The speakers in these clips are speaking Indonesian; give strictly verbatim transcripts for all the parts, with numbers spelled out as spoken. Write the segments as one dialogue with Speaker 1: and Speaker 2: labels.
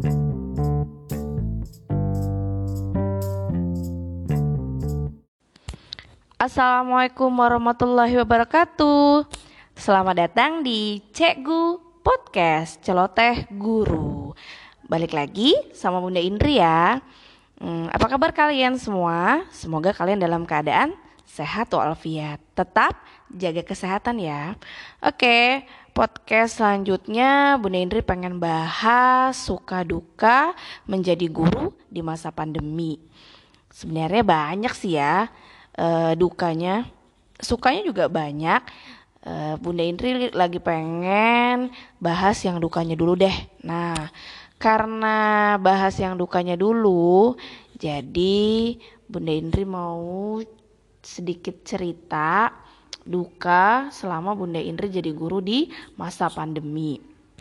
Speaker 1: Assalamualaikum warahmatullahi wabarakatuh. Selamat datang di Cekgu Podcast Celoteh Guru. Balik lagi sama Bunda Indri ya. hmm, Apa kabar kalian semua? Semoga kalian dalam keadaan sehat walafiat. Tetap jaga kesehatan ya. Oke, podcast selanjutnya Bunda Indri pengen bahas suka duka menjadi guru di masa pandemi. Sebenarnya banyak sih ya Uh, dukanya, sukanya juga banyak. uh, Bunda Indri lagi pengen bahas yang dukanya dulu deh. Nah, karena bahas yang dukanya dulu, jadi Bunda Indri mau sedikit cerita duka selama Bunda Indri jadi guru di masa pandemi.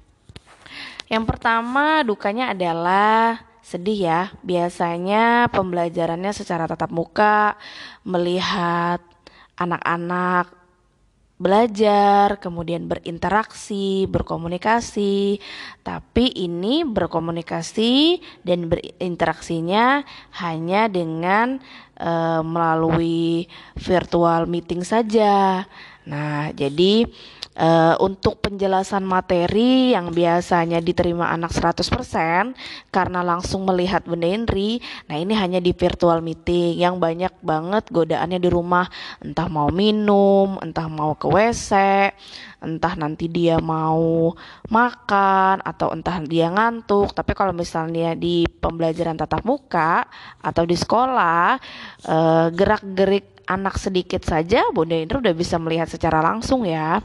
Speaker 1: Yang pertama dukanya adalah sedih ya, biasanya pembelajarannya secara tatap muka, melihat anak-anak belajar, kemudian berinteraksi, berkomunikasi. Tapi ini berkomunikasi dan berinteraksinya hanya dengan e, melalui virtual meeting saja. Nah, jadi Uh, untuk penjelasan materi yang biasanya diterima anak seratus persen karena langsung melihat Bunda Indri, nah ini hanya di virtual meeting yang banyak banget godaannya di rumah, entah mau minum, entah mau ke W C, entah nanti dia mau makan, atau entah dia ngantuk. Tapi kalau misalnya di pembelajaran tatap muka atau di sekolah, uh, gerak-gerik anak sedikit saja Bunda Indri udah bisa melihat secara langsung ya.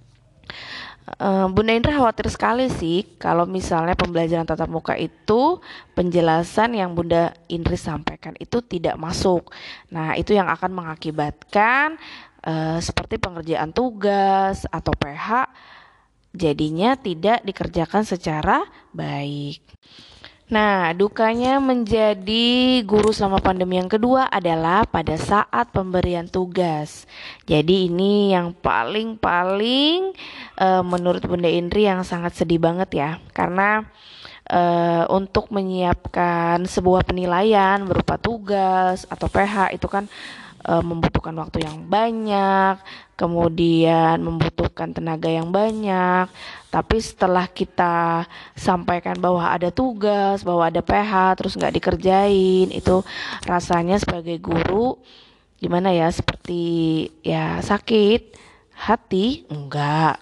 Speaker 1: Uh, Bunda Indra khawatir sekali sih kalau misalnya pembelajaran tatap muka itu penjelasan yang Bunda Indri sampaikan itu tidak masuk. Nah, itu yang akan mengakibatkan uh, seperti pengerjaan tugas atau P H jadinya tidak dikerjakan secara baik. Nah, dukanya menjadi guru selama pandemi yang kedua adalah pada saat pemberian tugas. Jadi ini yang paling-paling e, menurut Bunda Indri yang sangat sedih banget ya. Karena e, untuk menyiapkan sebuah penilaian berupa tugas atau P H itu kan e, membutuhkan waktu yang banyak, kemudian membutuhkan tenaga yang banyak. Tapi setelah kita sampaikan bahwa ada tugas, bahwa ada P H, terus nggak dikerjain, itu rasanya sebagai guru gimana ya, seperti ya sakit hati? Enggak,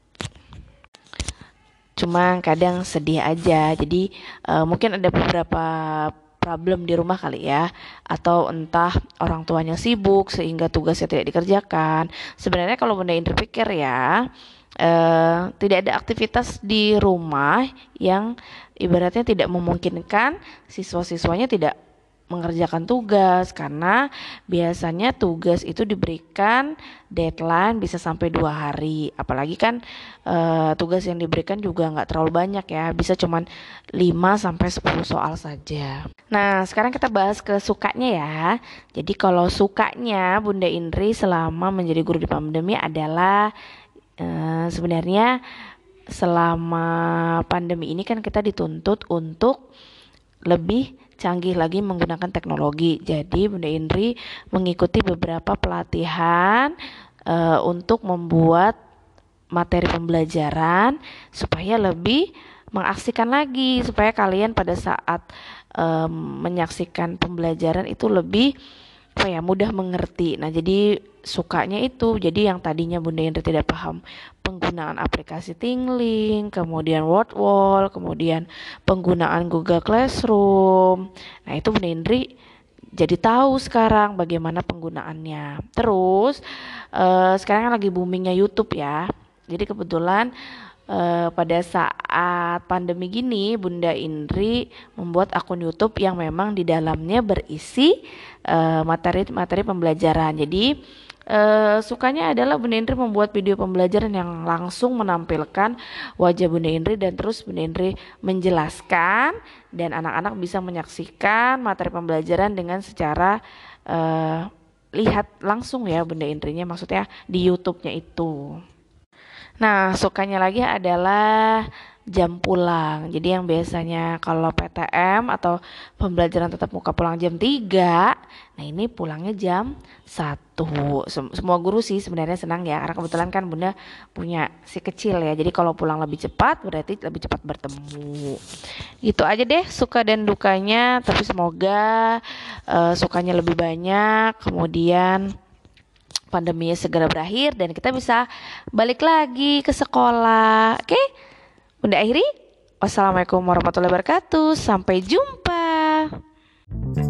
Speaker 1: cuma kadang sedih aja. Jadi uh, mungkin ada beberapa problem di rumah kali ya, atau entah orang tuanya sibuk sehingga tugasnya tidak dikerjakan. Sebenarnya kalau Bunda Indri pikir ya, Uh, tidak ada aktivitas di rumah yang ibaratnya tidak memungkinkan siswa-siswanya tidak mengerjakan tugas, karena biasanya tugas itu diberikan deadline bisa sampai dua hari. Apalagi kan uh, tugas yang diberikan juga nggak terlalu banyak ya, bisa cuman lima sampai sepuluh soal saja. Nah, sekarang kita bahas ke sukanya ya. Jadi kalau sukanya Bunda Indri selama menjadi guru di pandemi adalah Uh, sebenarnya selama pandemi ini kan kita dituntut untuk lebih canggih lagi menggunakan teknologi. Jadi Bunda Indri mengikuti beberapa pelatihan uh, untuk membuat materi pembelajaran supaya lebih mengaksikan lagi, supaya kalian pada saat um, menyaksikan pembelajaran itu lebih apa ya, mudah mengerti. Nah, jadi sukanya itu, jadi yang tadinya Bunda Indri tidak paham penggunaan aplikasi Tingling, kemudian Wordwall, kemudian penggunaan Google Classroom, nah itu Bunda Indri jadi tahu sekarang bagaimana penggunaannya. Terus uh, sekarang kan lagi boomingnya YouTube ya, jadi kebetulan Uh, pada saat pandemi gini Bunda Indri membuat akun YouTube yang memang di dalamnya berisi uh, materi-materi pembelajaran. Jadi uh, sukanya adalah Bunda Indri membuat video pembelajaran yang langsung menampilkan wajah Bunda Indri dan terus Bunda Indri menjelaskan dan anak-anak bisa menyaksikan materi pembelajaran dengan secara uh, lihat langsung ya Bunda Indrinya, maksudnya di YouTube-nya itu. Nah, sukanya lagi adalah jam pulang. Jadi yang biasanya kalau P T M atau pembelajaran tatap muka pulang jam tiga, nah ini pulangnya jam satu. Sem- Semua guru sih sebenarnya senang ya, karena kebetulan kan Bunda punya si kecil ya. Jadi kalau pulang lebih cepat berarti lebih cepat bertemu. Gitu aja deh suka dan dukanya, tapi semoga eh, sukanya lebih banyak, kemudian pandeminya segera berakhir dan kita bisa balik lagi ke sekolah. Oke, Bunda akhiri. Wassalamualaikum warahmatullahi wabarakatuh. Sampai jumpa.